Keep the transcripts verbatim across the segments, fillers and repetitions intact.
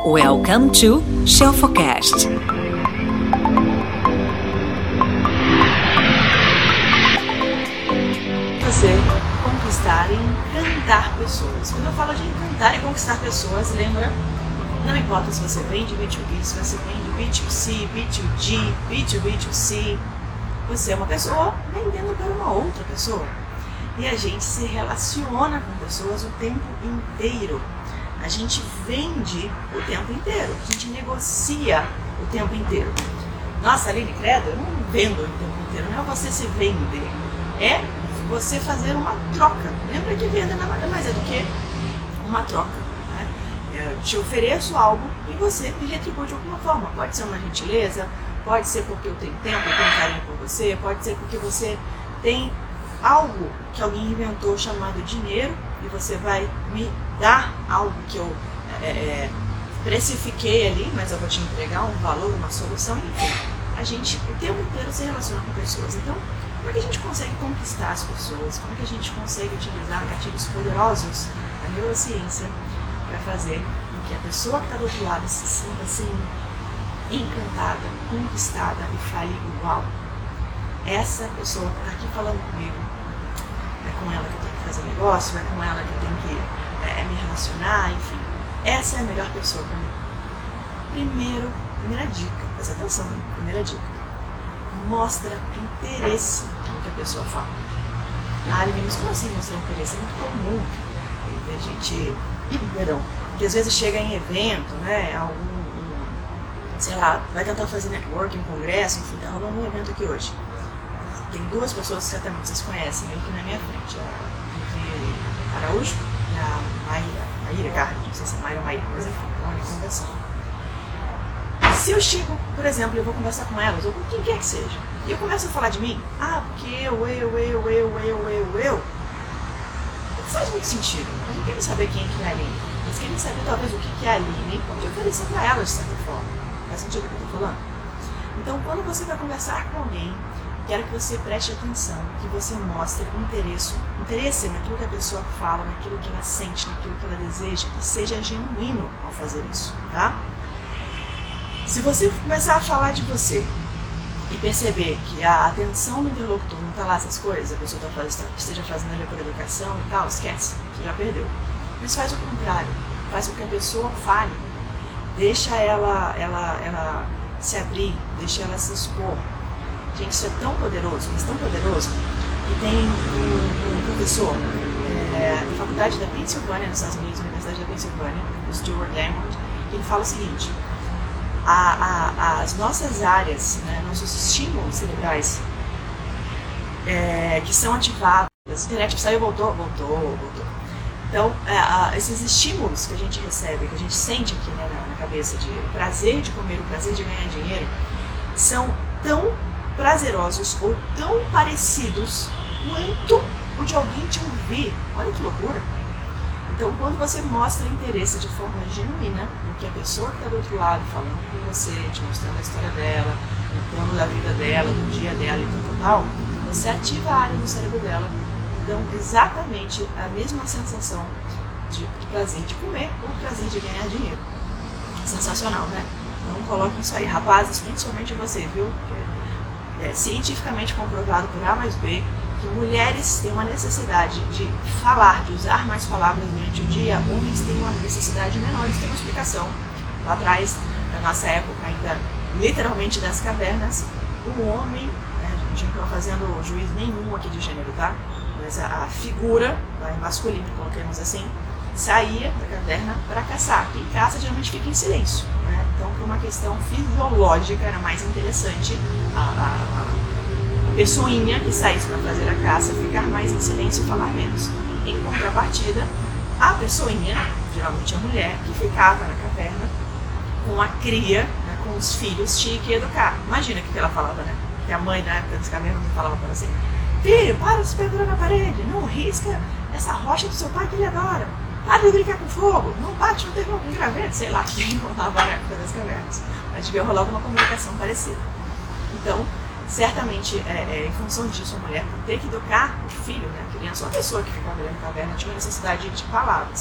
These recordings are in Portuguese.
Welcome to Shelfocast. Você conquistar e encantar pessoas. Quando eu falo de encantar e conquistar pessoas, lembra? Não importa se você vende B dois B, se você vende B dois C, B dois G, B dois B dois C, você é uma pessoa vendendo para uma outra pessoa. E a gente se relaciona com pessoas o tempo inteiro. A gente vende o tempo inteiro, a gente negocia o tempo inteiro. Nossa, Aline, credo, eu não vendo o tempo inteiro, não é você se vender, é você fazer uma troca. Lembra que venda nada mais é do que uma troca, né? Eu te ofereço algo e você me retribui de alguma forma. Pode ser uma gentileza, pode ser porque eu tenho tempo, eu tenho carinho por você, pode ser porque você tem algo que alguém inventou chamado dinheiro e você vai me dar algo que eu é, precifiquei ali, mas eu vou te entregar um valor, uma solução, enfim. A gente o tempo inteiro se relaciona com pessoas. Então, como é que a gente consegue conquistar as pessoas? Como é que a gente consegue utilizar gatilhos poderosos da neurociência para fazer com que a pessoa que está do outro lado se sinta assim, encantada, conquistada e fale igual? Essa pessoa que está aqui falando comigo, é com ela que eu tenho que fazer negócio, é com ela que eu tenho que é, me relacionar, enfim. Essa é a melhor pessoa para mim. Primeiro, primeira dica, presta atenção, hein? Primeira dica. Mostra interesse no que a pessoa fala. Ah, mas como assim mostrar interesse? É muito comum a gente, perdão, que às vezes chega em evento, né, algum, um, sei lá, vai tentar fazer networking, congresso, enfim, tá rolando um evento aqui hoje. Tem duas pessoas que certamente vocês conhecem aqui na minha frente, a Vivi Araújo e a Maíra, Maíra Garde, não sei se é Maíra ou Maíra, mas enfim, estão ali conversando. Se eu chego, por exemplo, eu vou conversar com elas, ou com quem quer que seja, e eu começo a falar de mim, ah, porque eu, eu, eu, eu, eu, eu, eu, não faz muito sentido. Elas não querem saber quem é a Aline, eles querem saber talvez o que é a Aline e pode oferecer para elas de certa forma. Faz sentido o que eu estou falando? Então, quando você vai conversar com alguém, quero que você preste atenção, que você mostre interesse, interesse naquilo que a pessoa fala, naquilo que ela sente, naquilo que ela deseja, que seja genuíno ao fazer isso, tá? Se você começar a falar de você e perceber que a atenção do interlocutor não está lá essas coisas, a pessoa tá fazendo, esteja fazendo ali por educação e tal, esquece, você já perdeu. Mas faz o contrário, faz com que a pessoa fale, deixa ela, ela, ela se abrir, deixa ela se expor. Gente, isso é tão poderoso, mas tão poderoso, que tem um, um professor é, da faculdade da Pensilvânia, nos Estados Unidos, Universidade da Pensilvânia, o Stuart Lamont, que ele fala o seguinte: a, a, as nossas áreas, né, nossos estímulos cerebrais é, que são ativados, a internet saiu, voltou, voltou, voltou. Então, é, a, esses estímulos que a gente recebe, que a gente sente aqui, né, na, na cabeça, de o prazer de comer, o prazer de ganhar dinheiro, são tão prazerosos ou tão parecidos quanto o de alguém te ouvir. Olha que loucura! Então, quando você mostra interesse de forma genuína no que a pessoa que está do outro lado falando com você, te mostrando a história dela, o plano da vida dela, do dia dela e tudo tal, você ativa a área do cérebro dela, dão exatamente a mesma sensação de, de prazer de comer ou prazer de ganhar dinheiro. Sensacional, né? Então, coloquem isso aí, rapazes, principalmente você, viu? É cientificamente comprovado por A mais B que mulheres têm uma necessidade de falar, de usar mais palavras durante o dia, homens têm uma necessidade menor. Isso tem uma explicação. Lá atrás, na nossa época ainda, literalmente das cavernas, o homem, né, a gente não está fazendo juízo nenhum aqui de gênero, tá? Mas a, a figura, tá, em masculino, coloquemos assim, saía da caverna para caçar. Quem caça geralmente fica em silêncio, né? Então, por uma questão fisiológica, era mais interessante a, a, a pessoinha que saísse para fazer a caça ficar mais em silêncio e falar menos. Em contrapartida, a pessoinha, geralmente a mulher, que ficava na caverna com a cria, né, com os filhos, tinha que educar. Imagina o que ela falava, né? Que a mãe, na época das cavernas, não falava para ela assim: filho, para de se pendurar na parede, não risca essa rocha do seu pai que ele adora. Para de brincar com fogo, não bate no terreno com graveto, sei lá, que rolava na época das cavernas. Mas devia rolar uma comunicação parecida. Então, certamente, é, é, em função disso, a mulher, por ter que educar o filho, né, a criança, ou a pessoa que ficava ali na caverna, tinha uma necessidade de palavras.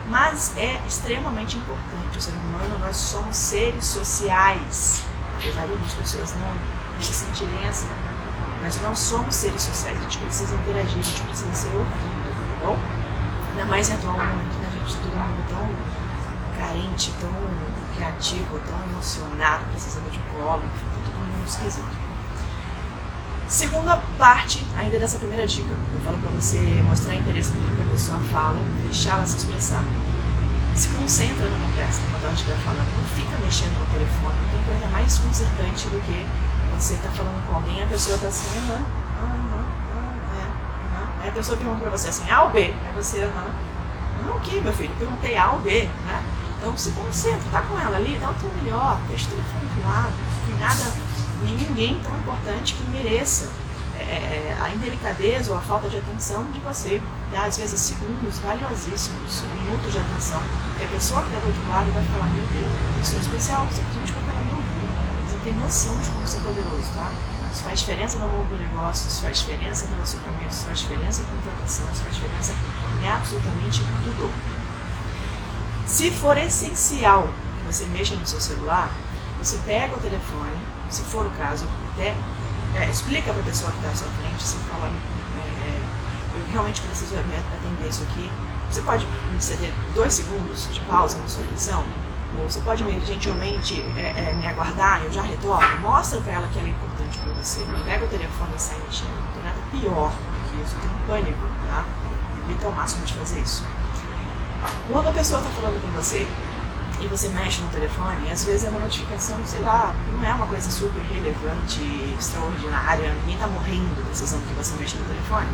Mas é extremamente importante. O ser humano, nós somos seres sociais. Apesar de muitas pessoas não, não se sentirem assim. Nós não somos seres sociais, a gente precisa interagir, a gente precisa ser ouvido, tá bom? Ainda mais em atual momento, né, gente? Todo mundo tão carente, tão criativo, tão emocionado, precisando de colo, todo mundo esquisito. Segunda parte ainda dessa primeira dica, eu falo pra você mostrar interesse no que a pessoa fala, deixar ela se expressar. Se concentra na conversa quando ela estiver falando, não fica mexendo no telefone, não tem coisa mais desconcertante do que você tá falando com alguém e a pessoa tá assim, aham, aham, aham, é, aham. Aí a pessoa pergunta pra você assim, A ou B? Aí você, aham, não, o que, meu filho? Perguntei A ou B, né? Então se concentra, tá com ela ali, dá o teu melhor, deixa o telefone do lado, não tem nada, nem ninguém tão importante que mereça é, a indelicadeza ou a falta de atenção de você. Dá, às vezes, segundos valiosíssimos, minutos de atenção, e a pessoa que está do outro lado vai falar, meu Deus, isso é especial, simplesmente porque ela me ouviu. Você tem noção de como isso é poderoso, tá? Isso faz diferença no mundo do negócio, isso faz diferença no relacionamento, isso faz diferença na contratação, isso faz diferença em absolutamente tudo. Se for essencial que você mexa no seu celular, você pega o telefone, se for o caso, até é, explica para a pessoa que está à sua frente, você fala, é, eu realmente preciso atender isso aqui. Você pode me ceder dois segundos de pausa na sua lição? Ou você pode gentilmente é, é, me aguardar, eu já retorno? Mostra para ela que ela é importante para você. Não pega o telefone e sai mexendo. Não tem nada pior do que isso. Eu tenho pânico, tá? Evita ao máximo de fazer isso. Quando a pessoa está falando com você e você mexe no telefone, às vezes é uma notificação, sei lá, não é uma coisa super relevante, extraordinária, ninguém está morrendo precisando que você mexa no telefone.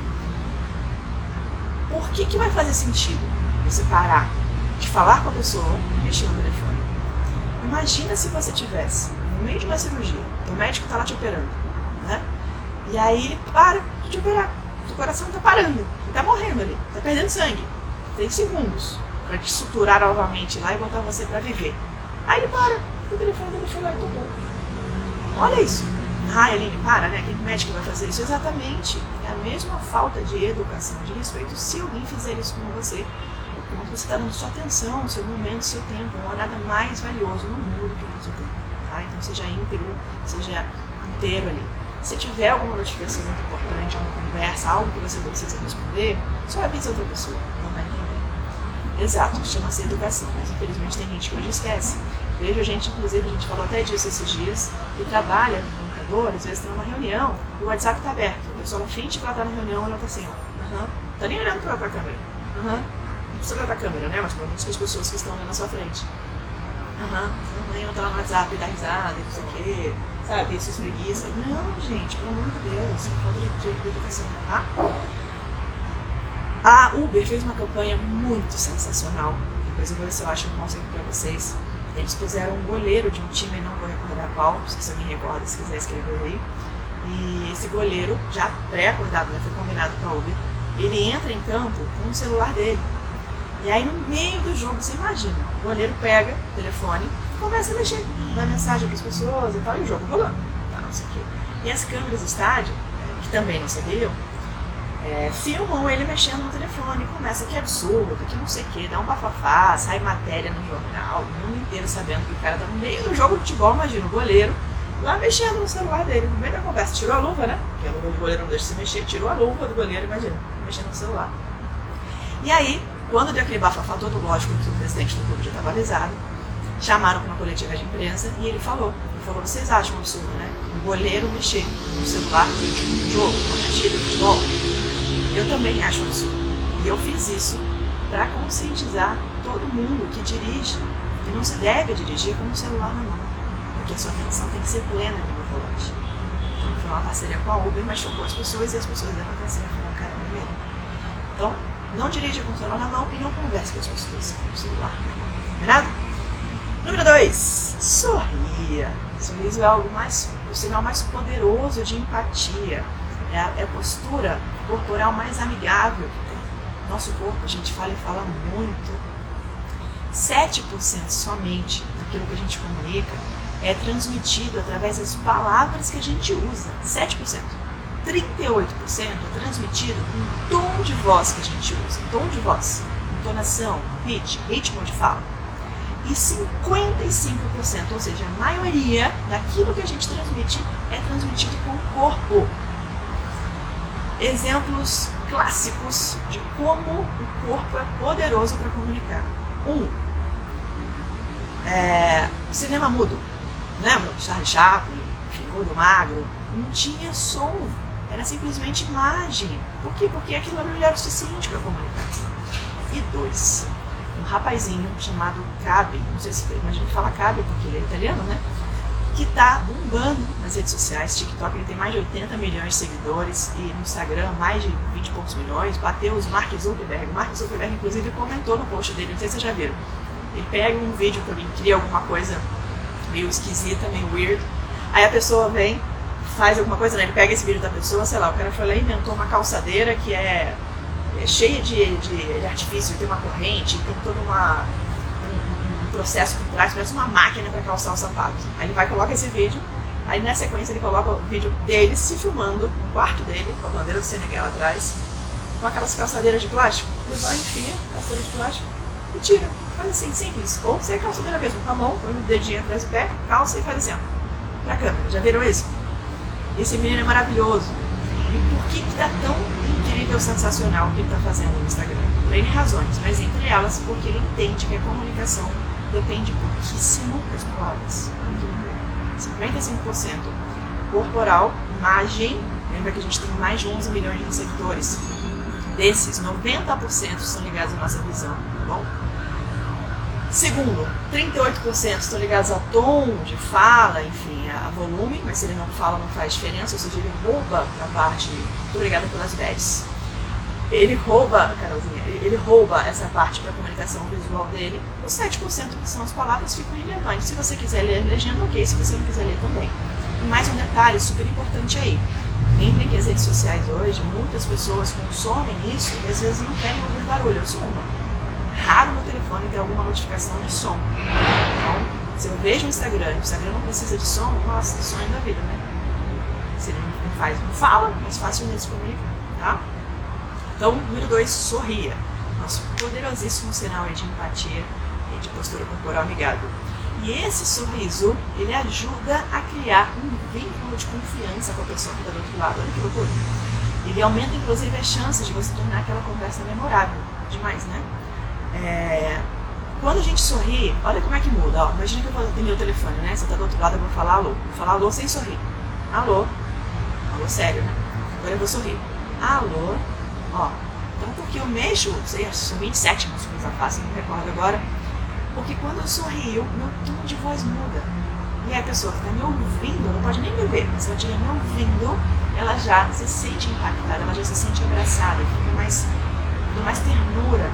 Por que que vai fazer sentido você parar de falar com a pessoa e mexer no telefone? Imagina se você tivesse no meio de uma cirurgia, o médico está lá te operando, né? E aí ele para de te operar, o coração está parando, está morrendo ali, está perdendo sangue, tem segundos para te suturar novamente lá e botar você para viver. Aí ele para, o telefone dele foi lá e tocou. Olha isso. Ah, Aline, para, né? Quem médico vai fazer isso? Exatamente. É a mesma falta de educação, de respeito, se alguém fizer isso com você. Porque você está dando sua atenção, seu momento, seu tempo. Não há nada mais valioso no mundo do que o seu tempo. Tá? Então seja íntegro, seja inteiro ali. Se tiver alguma notificação muito importante, uma conversa, algo que você precisa responder, só avisa outra pessoa. Não vai entender. Exato, chama-se educação, mas infelizmente tem gente que hoje esquece. Vejo gente, inclusive, a gente falou até disso esses dias, que trabalha no computador, às vezes está numa reunião, e o WhatsApp está aberto. A pessoa finge que ela está na reunião e ela está assim, ó, aham, tá nem olhando para a câmera, aham, não precisa olhar para a câmera, né, mas pelo menos para as pessoas que estão ali na sua frente. Aham, uhum. Ela tá lá no WhatsApp, dá risada, não sei o quê, sabe, isso espreguiça. Não, gente, pelo amor de Deus, é falta de, de educação, tá? A Uber fez uma campanha muito sensacional, depois eu vou ver se eu acho um conselho para vocês. Eles puseram um goleiro de um time, não vou recordar qual, se alguém recorda, se quiser escrever aí. E esse goleiro, já pré-acordado, né, foi combinado com a Uber, ele entra em campo com o celular dele. E aí no meio do jogo, você imagina, o goleiro pega o telefone e começa a mexer, dá mensagem para as pessoas e tal, e o jogo rolando, tá, não sei o quê. E as câmeras do estádio, que também não sabiam, É, filmam ele mexendo no telefone, começa que absurdo, que não sei o que, dá um bafafá, sai matéria no jornal, o mundo inteiro sabendo que o cara tá no meio do jogo de futebol, imagina, o goleiro lá mexendo no celular dele, no meio da conversa, tirou a luva, né? Porque a luva do goleiro não deixa de se mexer, tirou a luva do goleiro, imagina, mexendo no celular. E aí, quando deu aquele bafafá todo, lógico que o presidente do clube já estava avisado, chamaram para uma coletiva de imprensa e ele falou, ele falou, vocês acham um absurdo, né? O goleiro mexer no celular durante um jogo, uma partida de futebol? Eu também acho absurdo. E eu fiz isso para conscientizar todo mundo que dirige, que não se deve dirigir com o celular na mão, porque a sua atenção tem que ser plena no volante. Então foi uma parceria com a Uber, mas chocou as pessoas e as pessoas deram atenção e falaram, cara, é mesmo. Então, não dirija com o celular na mão e não converse com as pessoas com o celular na mão. Combinado? Número dois, sorria. Sorriso é algo mais, o sinal mais poderoso de empatia. É a, é a postura corporal mais amigável que tem. Nosso corpo, a gente fala e fala muito. sete por cento somente daquilo que a gente comunica é transmitido através das palavras que a gente usa. sete por cento. trinta e oito por cento é transmitido com o tom de voz que a gente usa. Tom de voz. entonação, pitch, ritmo de fala. E cinquenta e cinco por cento, ou seja, a maioria daquilo que a gente transmite é transmitido com o corpo. Exemplos clássicos de como o corpo é poderoso para comunicar. Um, é, cinema mudo. Lembra? Charlie Chaplin, Gordo Magro, não tinha som, era simplesmente imagem. Por quê? Porque aquilo era melhor o suficiente para comunicar. E dois, um rapazinho chamado Cabe, não sei se imagina que fala Cabe porque ele é italiano, né? Que tá bombando nas redes sociais. TikTok ele tem mais de oitenta milhões de seguidores e no Instagram mais de vinte e poucos milhões. Bateu os Mark Zuckerberg. O Mark Zuckerberg inclusive comentou no post dele, não sei se vocês já viram. Ele pega um vídeo para mim, cria alguma coisa meio esquisita, meio weird. Aí a pessoa vem, faz alguma coisa, né? Ele pega esse vídeo da pessoa, sei lá, o cara foi lá e inventou uma calçadeira que é, é cheia de, de, de artifício, tem uma corrente, tem todo uma, um, um processo por trás, parece uma máquina para calçar os sapatos. Aí ele vai e coloca esse vídeo, aí na sequência ele coloca o vídeo dele se filmando no quarto dele, com a bandeira do Senegal atrás, com aquelas calçadeiras de plástico. Ele vai, enfia a calçadeira de plástico e tira. Faz assim, simples. Ou você é calçadeira mesmo, com a mão, põe o dedinho atrás do pé, calça e faz assim, ó. Pra câmera, já viram isso? Esse menino é maravilhoso. E por que que tá tão incrível, sensacional o que ele tá fazendo no Instagram? Por N razões, mas entre elas porque ele entende que a comunicação depende pouquíssimo das palavras. cinquenta e cinco por cento corporal, imagem, lembra que a gente tem mais de onze milhões de receptores. Desses, noventa por cento são ligados à nossa visão, tá bom? Segundo, trinta e oito por cento estão ligados a tom de fala, enfim, a volume, mas se ele não fala não faz diferença, ou seja, ele rouba a parte, muito obrigada pelas bets, ele rouba, Carolzinha, ele rouba essa parte para a comunicação visual dele. Os sete por cento que são as palavras ficam irrelevantes. Se você quiser ler a legenda, ok, se você não quiser ler também. E mais um detalhe super importante aí, lembrem que as redes sociais hoje, muitas pessoas consomem isso e às vezes não querem ouvir barulho, eu sou uma. Raro no telefone ter alguma notificação de som. Então, se eu vejo o Instagram, o Instagram não precisa de som, nossa, sonho da vida, né? Se ele não faz, não fala, mais fácil ele se comunica, tá? Então, número dois, sorria. Nosso poderosíssimo sinal de empatia e de postura corporal amigável. E esse sorriso, ele ajuda a criar um vínculo de confiança com a pessoa que está do outro lado. Olha que loucura. Ele aumenta, inclusive, as chances de você tornar aquela conversa memorável. Demais, né? É, quando a gente sorri, olha como é que muda. Ó, imagina que eu vou atender o telefone, né? Você está do outro lado, eu vou falar alô. Vou falar alô sem sorrir. Alô. Alô sério, né? Agora eu vou sorrir. Alô. Ó. Então, porque eu mexo, sei, são vinte e sete músculos da face, não me recordo agora. Porque quando eu sorrio, meu tom de voz muda. E aí a pessoa que está me ouvindo, não pode nem me ver, mas se ela estiver me ouvindo, ela já se sente impactada, ela já se sente abraçada, fica mais, mais ternura.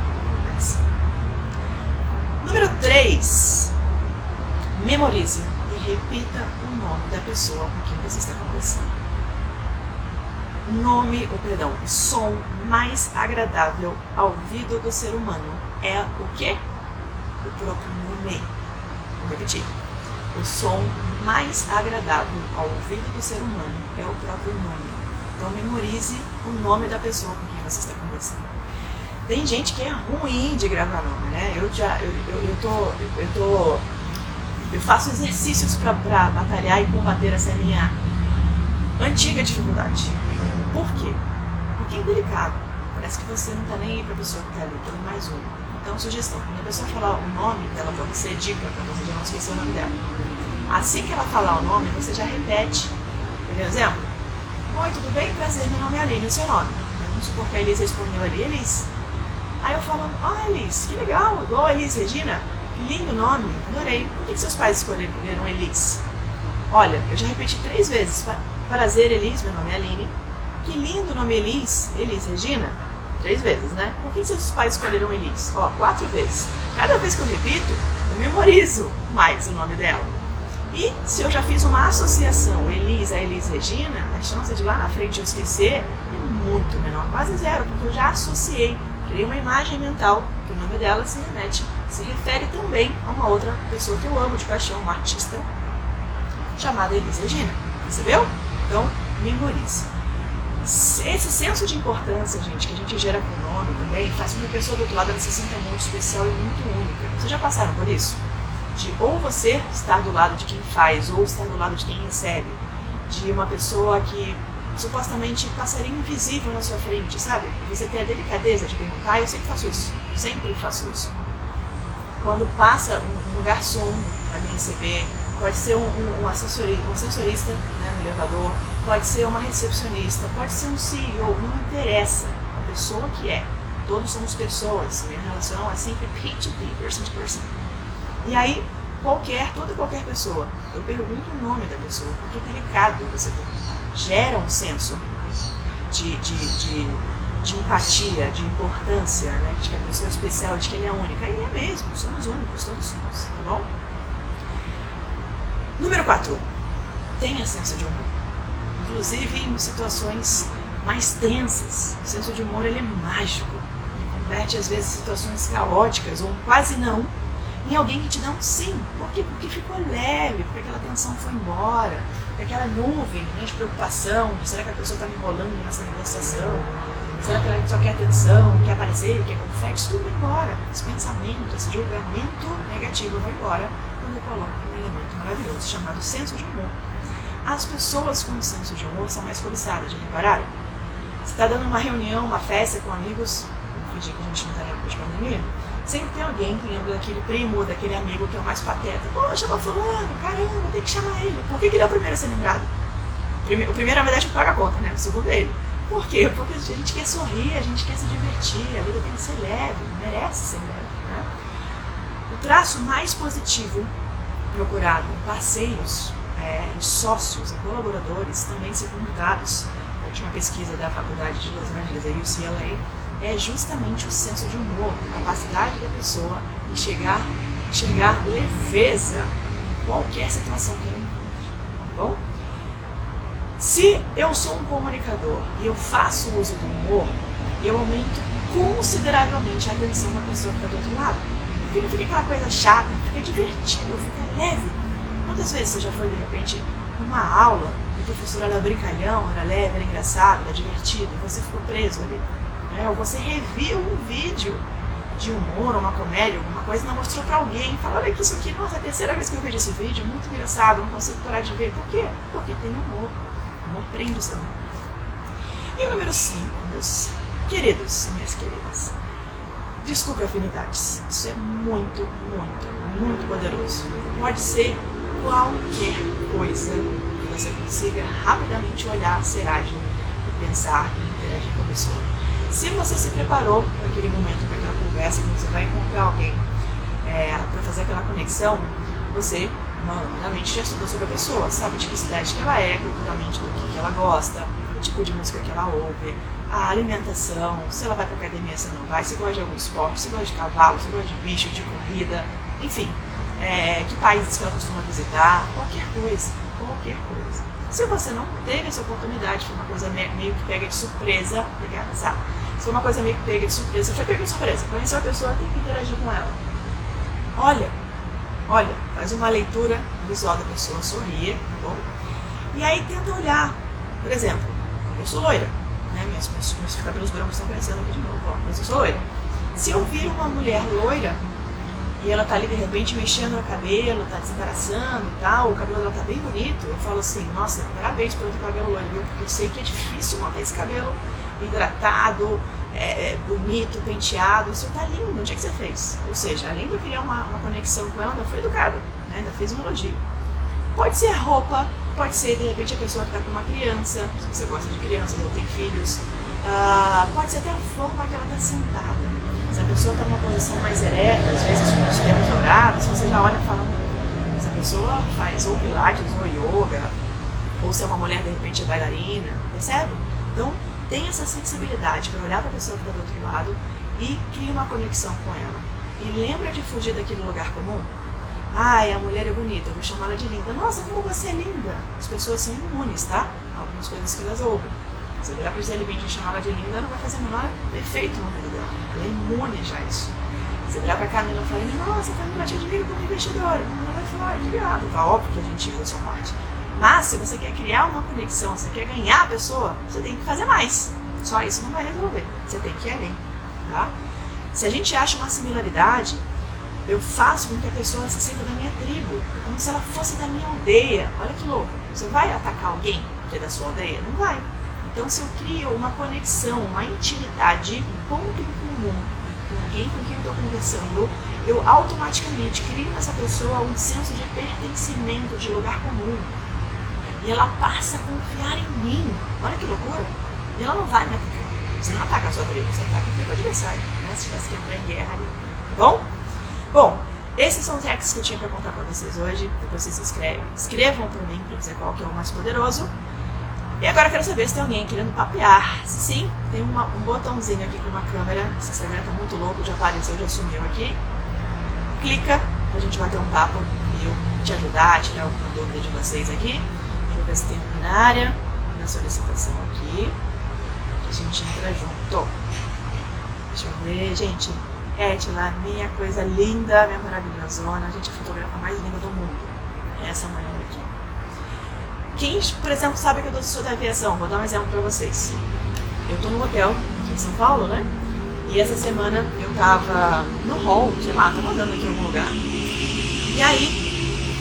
Número três, memorize e repita o nome da pessoa com quem você está conversando. O nome, ou perdão, o som mais agradável ao ouvido do ser humano é o quê? O próprio nome. Vou repetir. O som mais agradável ao ouvido do ser humano é o próprio nome. Então memorize o nome da pessoa com quem você está conversando. Tem gente que é ruim de gravar nome, né? Eu já, eu, eu, eu tô, eu tô, eu faço exercícios para batalhar e combater essa minha antiga dificuldade. Por quê? Porque é delicado. Parece que você não tá nem aí pra pessoa que tá ali, tem mais um. Então, sugestão, quando a pessoa falar o nome dela pra você, dica pra você já não esquecer o nome dela. Assim que ela falar o nome, você já repete. Por exemplo, oi, tudo bem? Prazer, meu nome é Aline, o seu nome? Vamos supor que a Elis respondeu ali, Elis. Aí eu falo, ah, Elis, que legal, igual a Elis Regina, que lindo nome, adorei. Por que seus pais escolheram Elis? Olha, eu já repeti três vezes. Prazer, Elis, meu nome é Aline. Que lindo nome Elis, Elis Regina. Três vezes, né? Por que seus pais escolheram Elis? Ó, quatro vezes. Cada vez que eu repito, eu memorizo mais o nome dela. E se eu já fiz uma associação Elis a Elis Regina, a chance de lá na frente eu esquecer é muito menor, quase zero, porque eu já associei. Criei uma imagem mental que o nome dela se remete, se refere também a uma outra pessoa que eu amo de paixão, uma artista chamada Elis Regina. Percebeu? Então, memorize. Esse senso de importância, gente, que a gente gera com o nome também, faz com que a pessoa do outro lado ela se sinta muito especial e muito única. Vocês já passaram por isso? De ou você estar do lado de quem faz, ou estar do lado de quem recebe. De uma pessoa que supostamente passaria invisível na sua frente, sabe? Você ter a delicadeza de perguntar, eu sempre faço isso, sempre faço isso. Quando passa um, um garçom para me receber, pode ser um, um, um, assessorista, um assessorista, né, no elevador, pode ser uma recepcionista, pode ser um C E O, não interessa a pessoa que é. Todos somos pessoas, minha relação é sempre P to P, person to person. E aí, qualquer, toda qualquer pessoa, eu pergunto o nome da pessoa, porque é delicado você perguntar. Gera um senso de, de, de, de empatia, de importância, né, de que a pessoa é especial, de que ele é única. E é mesmo, somos únicos, todos somos, tá bom? Número quatro. Tenha senso de humor. Inclusive em situações mais tensas. O senso de humor ele é mágico. Ele converte às vezes situações caóticas ou quase não em alguém que te dá um sim. Por quê? Porque ficou leve, porque aquela tensão foi embora, porque aquela nuvem, né, de preocupação, será que a pessoa está me enrolando nessa negociação? Será que ela só quer atenção, quer aparecer, quer confete? Isso tudo vai embora. Esse pensamento, esse julgamento negativo vai embora quando eu coloco um elemento maravilhoso chamado senso de humor. As pessoas com senso de humor são mais cobiçadas, já repararam? Você está dando uma reunião, uma festa com amigos, vou fingir que a gente não está na época de pandemia, sempre tem alguém que lembra daquele primo, daquele amigo que é o mais pateta. Pô, chama fulano, caramba, tem que chamar ele. Por que, que ele é o primeiro a ser lembrado? O primeiro, na verdade, que paga a conta, né? O segundo é ele. Por quê? Porque a gente quer sorrir, a gente quer se divertir, a vida tem que ser leve, merece ser leve, né? O traço mais positivo procurado em parceiros, é, em sócios, em colaboradores, também segundo dados, a última pesquisa da Faculdade de Los Angeles, a U C L A, é justamente o senso de humor, a capacidade da pessoa enxergar, enxergar leveza em qualquer situação que ela encontre, tá bom? Se eu sou um comunicador e eu faço uso do humor, eu aumento consideravelmente a atenção da pessoa que está do outro lado. Porque não fica aquela coisa chata, fica divertido, fica leve. Quantas vezes você já foi, de repente, numa aula, e o professor era brincalhão, era leve, era engraçado, era divertido, e você ficou preso ali? Né? Ou você reviu um vídeo de humor, uma comédia, alguma coisa, e não mostrou pra alguém, falou, olha que isso aqui, nossa, é a terceira vez que eu vejo esse vídeo, muito engraçado, não consigo parar de ver. Por quê? Porque tem humor. O humor prende o seu humor. E o número cinco, meus queridos e minhas queridas. Desculpe afinidades. Isso é muito, muito, muito poderoso. Pode ser qualquer coisa que você consiga rapidamente olhar, ser ágil e pensar e interagir com a pessoa. Se você se preparou para aquele momento, para aquela conversa, que você vai encontrar alguém é, para fazer aquela conexão, você normalmente já estudou sobre a pessoa, sabe de que cidade que ela é, culturalmente do que, que ela gosta, o tipo de música que ela ouve, a alimentação, se ela vai para academia, se não vai, se gosta de algum esporte, se gosta de cavalo, se gosta de bicho, de corrida, enfim, é, que países que ela costuma visitar, qualquer coisa, qualquer coisa. Se você não teve essa oportunidade, foi uma coisa meio que pega de surpresa, obrigada, sabe? Se foi uma coisa meio que pega de surpresa, foi pega de surpresa, conheceu a pessoa, tem que interagir com ela. Olha, olha, faz uma leitura visual da pessoa, sorria, tá bom? E aí tenta olhar, por exemplo, eu sou loira, né? Meus, meus, meus cabelos brancos estão crescendo aqui de novo, ó, mas eu sou loira. Se eu vir uma mulher loira, e ela tá ali de repente mexendo no cabelo, tá desembaraçando e tal, o cabelo dela tá bem bonito, eu falo assim, nossa, parabéns pelo teu cabelo loiro, viu? Porque eu sei que é difícil manter esse cabelo hidratado, é, bonito, penteado, isso tá lindo, onde é que você fez? Ou seja, além de eu criar uma, uma conexão com ela, ainda foi educada, né? Ainda fez um elogio. Pode ser a roupa, pode ser de repente a pessoa que tá com uma criança, se você gosta de crianças ou tem filhos, uh, pode ser até a forma que ela tá sentada. Se a pessoa está numa posição mais ereta, às vezes com os termos dourados, você já olha e fala, essa pessoa faz ou pilates ou yoga, ou se é uma mulher de repente é bailarina, percebe? Então tem essa sensibilidade para olhar para a pessoa que está do outro lado e cria uma conexão com ela. E lembra de fugir daquele lugar comum? Ai, a mulher é bonita, eu vou chamar ela de linda. Nossa, como você é linda! As pessoas são imunes, tá? Algumas coisas que elas ouvem. Se virar para o Gisele Bündchen e chamar ela de linda, não vai fazer o menor efeito na vida dela. Ela é imune já a isso. Se virar para a Camila e falar, nossa, a Camila te admira como investidora. Ela vai falar, obrigado. Tá óbvio que a gente usa essa parte. Mas se você quer criar uma conexão, você quer ganhar a pessoa, você tem que fazer mais. Só isso não vai resolver. Você tem que ir além, tá? Se a gente acha uma similaridade, eu faço com que a pessoa se sinta da minha tribo, como se ela fosse da minha aldeia. Olha que louco. Você vai atacar alguém que é da sua aldeia? Não vai. Então, se eu crio uma conexão, uma intimidade, um ponto em comum com alguém com quem eu estou conversando, eu automaticamente crio nessa pessoa um senso de pertencimento, de lugar comum. E ela passa a confiar em mim. Olha que loucura. E ela não vai me atacar. Você não ataca a sua tribo, você ataca o teu adversário. Né? Se tivesse que entrar em guerra ali. Tá bom? Bom, esses são os hacks que eu tinha para contar para vocês hoje. Depois vocês se inscrevem. Escrevam para mim para dizer qual que é o mais poderoso. E agora eu quero saber se tem alguém querendo papear. Se sim, tem uma, um botãozinho aqui com uma câmera. Esse Instagram tá muito louco, já apareceu, já sumiu aqui. Clica pra gente bater um papo e eu te ajudar a tirar alguma dúvida de vocês aqui. Deixa eu ver se tem alguém na área, na solicitação aqui. Que a gente entra junto. Deixa eu ver, gente. Edila, minha coisa linda, minha maravilhosona. A gente é a fotógrafa mais linda do mundo. É essa mulher aqui. Quem, por exemplo, sabe que eu sou da aviação, vou dar um exemplo pra vocês. Eu tô no hotel aqui em São Paulo, né? E essa semana eu tava no hall, sei lá, tava andando aqui em algum lugar. E aí,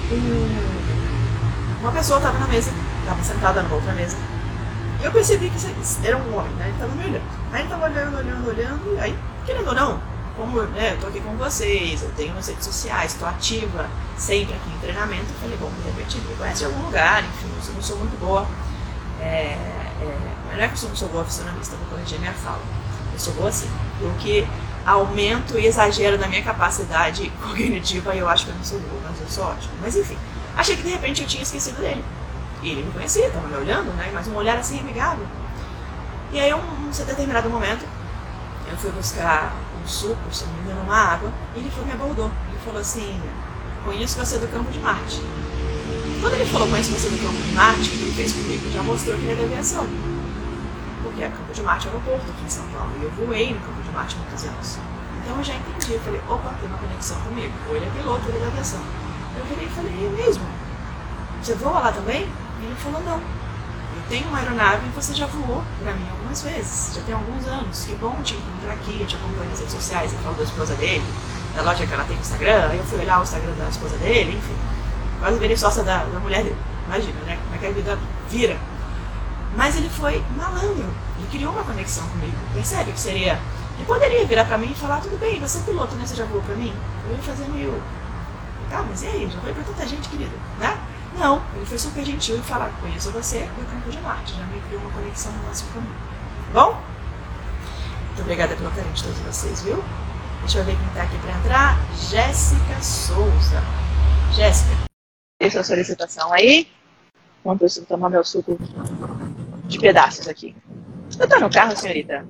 um, uma pessoa tava na mesa, tava sentada numa outra mesa. E eu percebi que era um homem, né? Ele tava me olhando. Aí ele tava olhando, olhando, olhando, e aí, querendo ou não, como né, eu tô aqui com vocês, eu tenho nas redes sociais, tô ativa sempre aqui em treinamento, eu falei, bom, de repente ele me conhece de algum lugar, enfim, eu não sou muito boa, é, é, mas não é que eu não sou boa fisionomista, vou corrigir minha fala, eu sou boa assim, porque aumento e exagero na minha capacidade cognitiva e eu acho que eu não sou boa, mas eu sou ótima, mas enfim, achei que de repente eu tinha esquecido dele, e ele me conhecia, tava me olhando, né, mas um olhar assim amigável, e aí um, um determinado momento, eu fui buscar um suco, se não me engano, uma água, e ele foi, me abordou. Ele falou assim, conheço você do Campo de Marte. Quando ele falou conheço você do Campo de Marte, o que ele fez comigo? Já mostrou que ele é da aviação. Porque é Campo de Marte é o aeroporto aqui em São Paulo, e eu voei no Campo de Marte há muitos anos. Então eu já entendi, eu falei, opa, tem uma conexão comigo. Ou ele é piloto, ou ele é da aviação. Eu virei e falei, é mesmo? Você voa lá também? E ele falou, não. Eu tenho uma aeronave e você já voou pra mim algumas vezes, já tem alguns anos. Que bom te encontrar aqui, eu te acompanho nas redes sociais, ele falou da esposa dele, da loja que ela tem no Instagram, aí eu fui olhar o Instagram da esposa dele, enfim. Quase virei sócia da, da mulher dele. Imagina, né? Como é que a vida vira. Mas ele foi malandro, ele criou uma conexão comigo. Percebe que seria... Ele poderia virar pra mim e falar, tudo bem, você é piloto, né? Você já voou pra mim? Eu ia fazer meio... Tá, mas e aí? Já foi pra tanta gente, querido, né? Não, ele foi super gentil e falar, conheço você do Campo de Marte, já me criou uma conexão no nosso caminho. Bom? Muito obrigada pelo carinho de todos vocês, viu? Deixa eu ver quem tá aqui pra entrar. Jéssica Souza. Jéssica, deixa a solicitação aí. Vamos ver se eu tomar meu suco de pedaços aqui. Eu tô no carro, senhorita?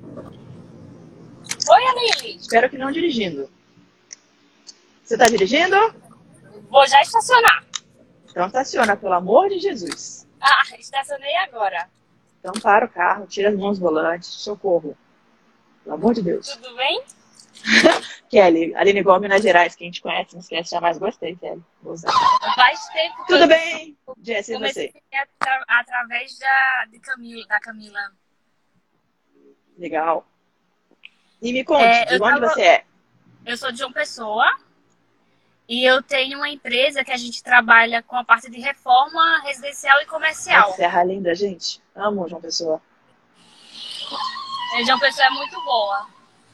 Oi, Aline. Espero que não dirigindo. Você tá dirigindo? Vou já estacionar. Então estaciona, pelo amor de Jesus. Ah, estacionei agora. Então para o carro, tira as mãos do volante, socorro. Pelo amor de Deus. Tudo bem? Kelly, Aline igual Minas Gerais, quem te conhece, não esquece, jamais gostei, Kelly. Vou usar. Faz tempo que Tudo eu bem, Jess, e você? comecei atra- através da, de Camila, da Camila. Legal. E me conte, É, de eu onde tava- você é? Eu sou de João Pessoa e eu tenho uma empresa que a gente trabalha com a parte de reforma residencial e comercial. Nossa, Serra Linda, gente. Amo João Pessoa. E João Pessoa é muito boa.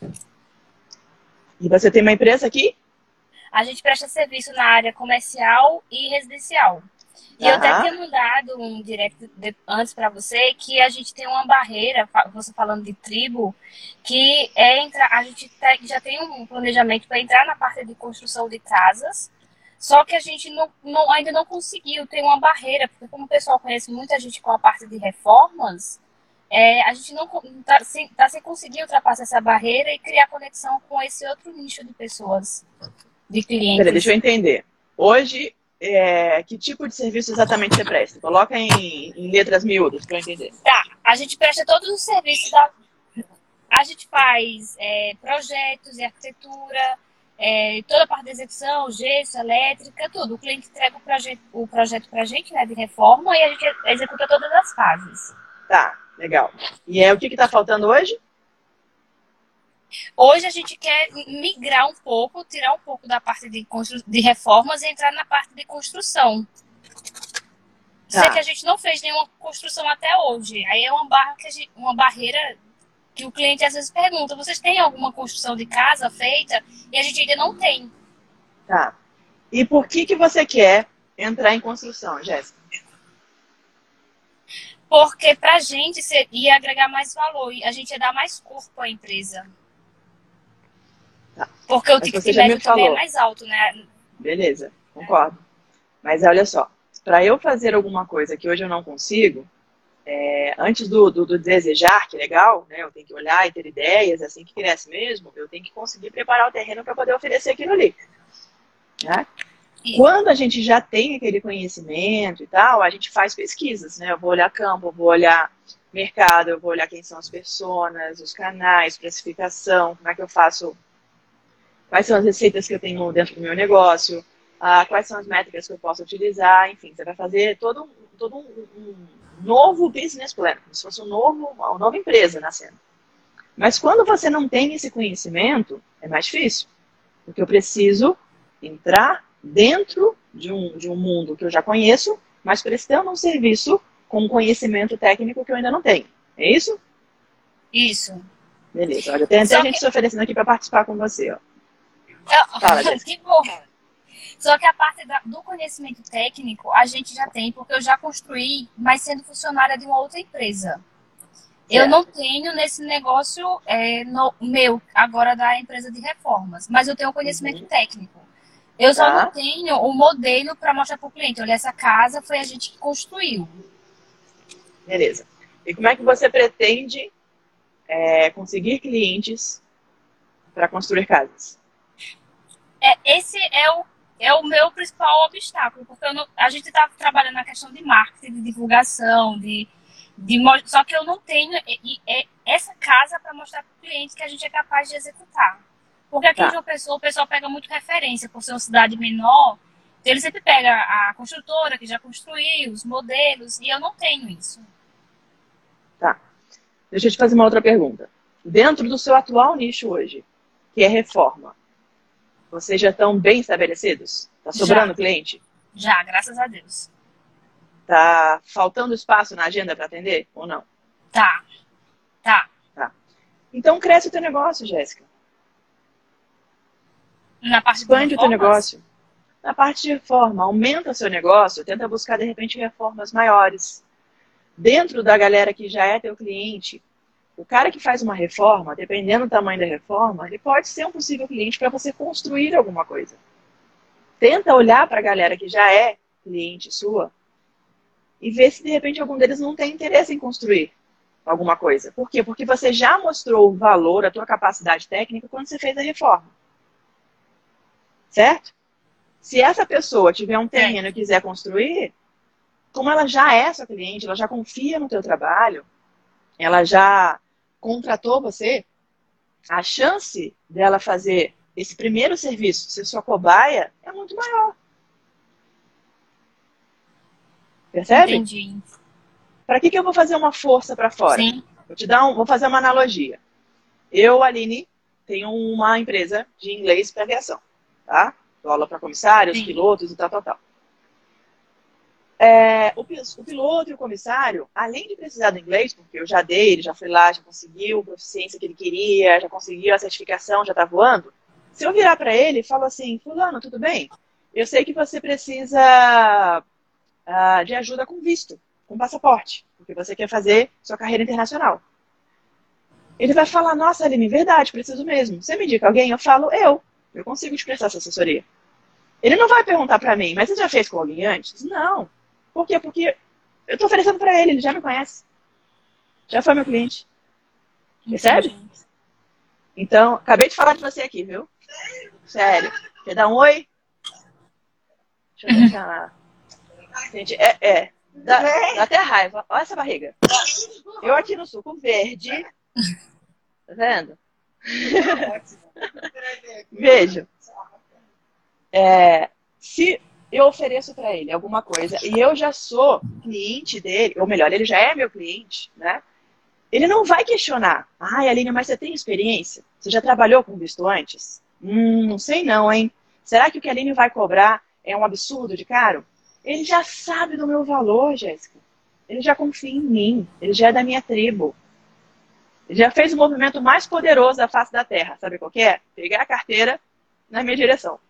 E você tem uma empresa aqui? A gente presta serviço na área comercial e residencial. E eu até Aham. tinha mandado um direct de- antes para você que a gente tem uma barreira, fa- você falando de tribo, que é entrar, a gente te- já tem um planejamento para entrar na parte de construção de casas, só que a gente não, não- ainda não conseguiu, tem uma barreira, porque como o pessoal conhece muita gente com a parte de reformas, é, a gente não está sem, tá sem conseguir ultrapassar essa barreira e criar conexão com esse outro nicho de pessoas, de clientes. Peraí, deixa eu entender. Hoje, é, que tipo de serviço exatamente você presta? Coloca em, em letras miúdas para eu entender. Tá, a gente presta todos os serviços da... A gente faz é, projetos de arquitetura, é, toda a parte de execução, gesso, elétrica, tudo. O cliente entrega o projeto, o projeto para a gente, né, de reforma, e a gente executa todas as fases. Tá, legal. E é o que está faltando hoje? Hoje a gente quer migrar um pouco, tirar um pouco da parte de, constru... de reformas e entrar na parte de construção. Tá. Sei que a gente não fez nenhuma construção até hoje. Aí é uma, barra que gente... uma barreira que o cliente às vezes pergunta, vocês têm alguma construção de casa feita? E a gente ainda não tem. Tá. E por que que você quer entrar em construção, Jéssica? Porque pra gente ia agregar mais valor, a gente ia dar mais corpo à empresa. Tá. Porque o ticket médio também é mais alto, né? Beleza, concordo. É. Mas olha só, para eu fazer alguma coisa que hoje eu não consigo, é, antes do, do, do desejar, que é legal, né? Eu tenho que olhar e ter ideias, assim que cresce mesmo, eu tenho que conseguir preparar o terreno para poder oferecer aquilo ali. Né? Quando a gente já tem aquele conhecimento e tal, a gente faz pesquisas, né? Eu vou olhar campo, eu vou olhar mercado, eu vou olhar quem são as pessoas, os canais, precificação, como é que eu faço, quais são as receitas que eu tenho dentro do meu negócio, ah, quais são as métricas que eu posso utilizar, enfim, você vai fazer todo, um, todo um, um novo business plan, como se fosse um novo, uma nova empresa nascendo. Mas quando você não tem esse conhecimento, é mais difícil, porque eu preciso entrar dentro de um, de um mundo que eu já conheço, mas prestando um serviço com conhecimento técnico que eu ainda não tenho. É isso? Isso. Beleza. Olha, tem até Só gente que... se oferecendo aqui para participar com você. Ó. Eu... Fala, que bom. Só que a parte da, do conhecimento técnico a gente já tem, porque eu já construí, mas sendo funcionária de uma outra empresa. Certo. Eu não tenho nesse negócio é, no, meu, agora da empresa de reformas, mas eu tenho conhecimento uhum. técnico. Eu só tá. não tenho o modelo para mostrar para o cliente. Olha, essa casa foi a gente que construiu. Beleza. E como é que você pretende é, conseguir clientes para construir casas? É, esse é o, é o meu principal obstáculo, porque eu não, a gente está trabalhando na questão de marketing, de divulgação, de, de só que eu não tenho e, e, essa casa para mostrar para o cliente que a gente é capaz de executar. Porque aqui tá. em João Pessoa o pessoal pega muito referência, por ser uma cidade menor, então ele sempre pega a construtora que já construiu, os modelos, e eu não tenho isso. Tá. Deixa eu te fazer uma outra pergunta. Dentro do seu atual nicho hoje, que é reforma, vocês já estão bem estabelecidos? Tá sobrando já. cliente? Já, graças a Deus. Tá faltando espaço na agenda para atender ou não? Tá. Tá. Tá. Então cresce o teu negócio, Jéssica. Na parte Expande o teu negócio. Na parte de reforma, aumenta o seu negócio, tenta buscar, de repente, reformas maiores. Dentro da galera que já é teu cliente, o cara que faz uma reforma, dependendo do tamanho da reforma, ele pode ser um possível cliente para você construir alguma coisa. Tenta olhar para a galera que já é cliente sua e ver se, de repente, algum deles não tem interesse em construir alguma coisa. Por quê? Porque você já mostrou o valor, a tua capacidade técnica quando você fez a reforma. Certo? Se essa pessoa tiver um terreno e quiser construir, como ela já é sua cliente, ela já confia no teu trabalho, ela já contratou você, a chance dela fazer esse primeiro serviço, ser sua cobaia, é muito maior. Percebe? Entendi. Para que que eu vou fazer uma força para fora? Sim. Vou te dar um, vou fazer uma analogia. Eu, Aline, tenho uma empresa de inglês para aviação. Tá? Dou aula para comissários, Sim. pilotos e tal, tal, tal. É, o, o piloto e o comissário, além de precisar do inglês, porque eu já dei, ele já foi lá, já conseguiu a proficiência que ele queria, já conseguiu a certificação, já está voando. Se eu virar para ele e falo assim, fulano, tudo bem? Eu sei que você precisa uh, de ajuda com visto, com passaporte, porque você quer fazer sua carreira internacional. Ele vai falar, nossa, Aline, verdade, preciso mesmo. Você me indica alguém? Eu falo, eu. Eu consigo te prestar essa assessoria. Ele não vai perguntar pra mim, mas você já fez com alguém antes? Não. Por quê? Porque eu tô oferecendo pra ele, ele já me conhece. Já foi meu cliente. Percebe? Então, acabei de falar de você aqui, viu? Sério. Quer dar um oi? Deixa eu deixar. Gente, é, é. Dá, dá até raiva. Olha essa barriga. Eu aqui no suco verde. Tá vendo? Beijo. é, se eu ofereço para ele alguma coisa e eu já sou cliente dele, ou melhor, ele já é meu cliente, né? Ele não vai questionar. Ai, Aline, mas você tem experiência? Você já trabalhou com visto antes? Hum, não sei não, hein? Será que o que a Aline vai cobrar é um absurdo de caro? Ele já sabe do meu valor, Jéssica. Ele já confia em mim. Ele já é da minha tribo. Ele já fez o movimento mais poderoso da face da Terra. Sabe qual que é? Pegar a carteira na minha direção.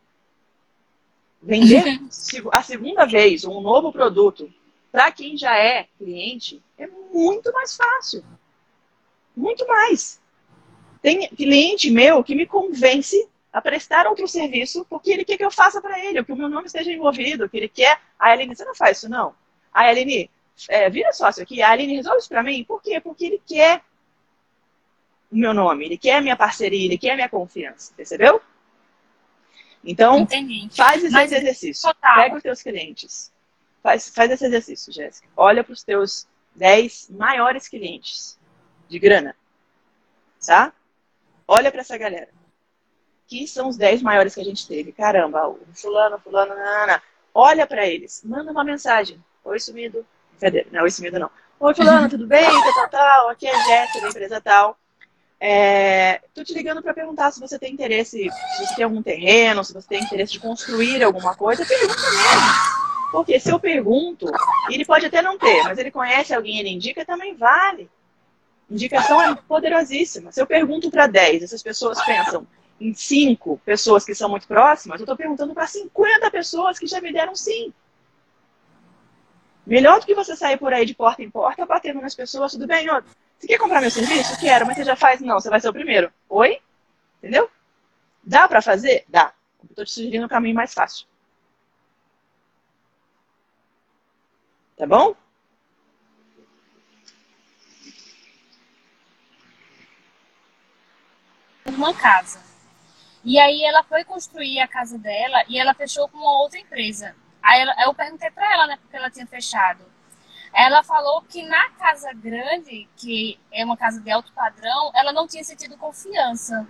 Vender a segunda vez um novo produto para quem já é cliente é muito mais fácil. Muito mais. Tem cliente meu que me convence a prestar outro serviço porque ele quer que eu faça para ele, que o meu nome esteja envolvido, que ele quer. A Aline, você não faz isso não. A Aline, é, vira sócio aqui. A Aline, resolve isso para mim. Por quê? Porque ele quer o meu nome, ele quer a minha parceria, ele quer a minha confiança. Percebeu? Então, Entendi. faz esse Mas, exercício. total. Pega os teus clientes. Faz, faz esse exercício, Jéssica. Olha para os teus dez maiores clientes de grana. Tá? Olha para essa galera. Que são os dez maiores que a gente teve. Caramba, o fulano, fulano, nanana. Olha para eles. Manda uma mensagem. Oi, sumido. Cadê? Não, oi, sumido não. Oi, fulano, tudo bem? Tal, tal. Aqui é a Jéssica, da empresa tal. É, tô te ligando para perguntar se você tem interesse, se você tem algum terreno, se você tem interesse de construir alguma coisa. Pergunta mesmo. Porque se eu pergunto, ele pode até não ter, mas ele conhece alguém, ele indica, também vale. Indicação é poderosíssima. Se eu pergunto para dez, essas pessoas pensam em cinco pessoas que são muito próximas, eu estou perguntando para cinquenta pessoas que já me deram sim. Melhor do que você sair por aí de porta em porta, batendo nas pessoas, tudo bem? Ó, você quer comprar meu serviço? Quero, mas você já faz? Não, você vai ser o primeiro. Oi? Entendeu? Dá para fazer? Dá. Estou te sugerindo um caminho mais fácil. Tá bom? Uma casa. E aí ela foi construir a casa dela e ela fechou com uma outra empresa. Aí ela, eu perguntei pra ela, né, porque ela tinha fechado. Ela falou que na casa grande, que é uma casa de alto padrão, ela não tinha sentido confiança.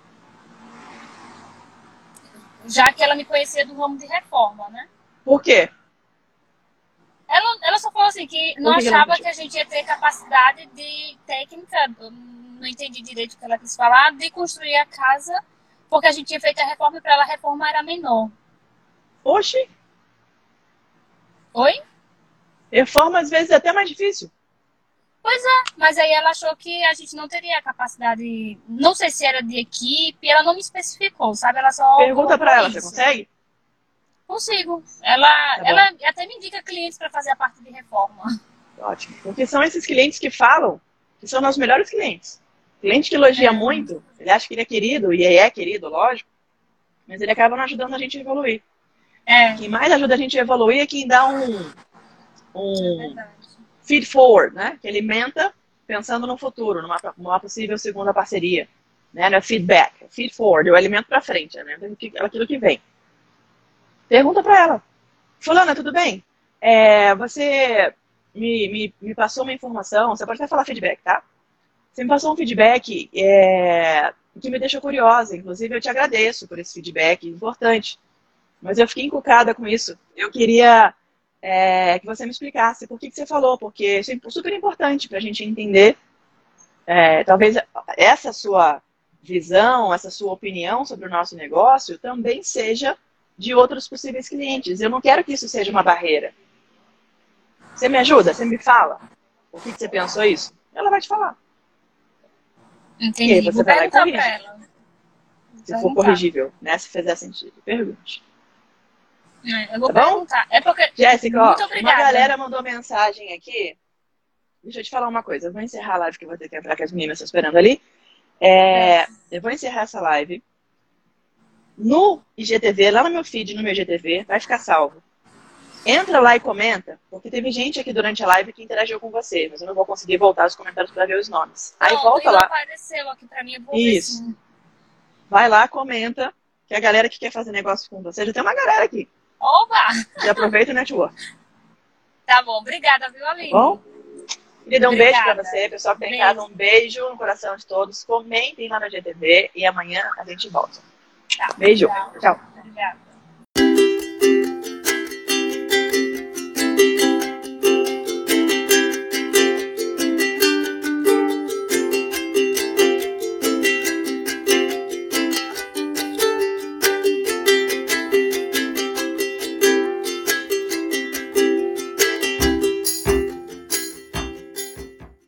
Já que ela me conhecia do ramo de reforma, né? Por quê? Ela, ela só falou assim, que não que que achava ela que a gente ia ter capacidade de técnica, não entendi direito o que ela quis falar, de construir a casa, porque a gente tinha feito a reforma e para ela a reforma era menor. Oxi. Oi? Reforma às vezes é até mais difícil. Pois é, mas aí ela achou que a gente não teria capacidade, não sei se era de equipe, ela não me especificou, sabe? Ela só Pergunta pra ela, isso. você consegue? Consigo. Ela, Tá ela até me indica clientes para fazer a parte de reforma. Ótimo. Porque são esses clientes que falam que são nossos melhores clientes. Cliente que elogia É. muito, ele acha que ele é querido, e é querido, lógico, mas ele acaba não ajudando a gente a evoluir. É, Quem mais ajuda a gente a evoluir é quem dá um, é um verdade. feed forward, né? Que alimenta pensando no futuro, numa, numa possível segunda parceria. Né? Não é feedback, é feed forward, eu alimento pra frente, né? Aquilo que vem. Pergunta pra ela. Fulana, tudo bem? É, você me, me, me passou uma informação, você pode até falar feedback, tá? Você me passou um feedback é, que me deixou curiosa, inclusive eu te agradeço por esse feedback importante. Mas eu fiquei encucada com isso. Eu queria é, que você me explicasse por que, que você falou, porque isso é super importante para a gente entender. É, talvez essa sua visão, essa sua opinião sobre o nosso negócio também seja de outros possíveis clientes. Eu não quero que isso seja uma barreira. Você me ajuda? Você me fala? Por que, que você pensou isso? Ela vai te falar. Entendi. E aí você Vou vai lá e perguntar corrige. pra ela. Se for Perguntar. corrigível, né? Se fizer sentido, pergunte. É, eu vou Tá bom? perguntar. É porque. Jéssica, ó, Muito uma obrigada. galera mandou mensagem aqui. Deixa eu te falar uma coisa. Eu vou encerrar a live que eu vou ter que entrar, que as meninas estão esperando ali. É, eu vou encerrar essa live. No I G T V, lá no meu feed, no meu I G T V, vai ficar salvo. Entra lá e comenta, porque teve gente aqui durante a live que interagiu com você, mas eu não vou conseguir voltar os comentários para ver os nomes. Aí Não, volta não lá. apareceu aqui pra mim, eu vou Isso. ver sim. Vai lá, comenta, que a galera que quer fazer negócio com você, já tem uma galera aqui. Oba! Já aproveita o network. Tá bom, obrigada, viu, Aline? Tá bom? Querida, um Obrigada. beijo pra você, pessoal que tá em Beijo. casa, um beijo no coração de todos. Comentem lá no I G T V e amanhã a gente volta. Tá. Beijo. Tchau. Tchau. Obrigada.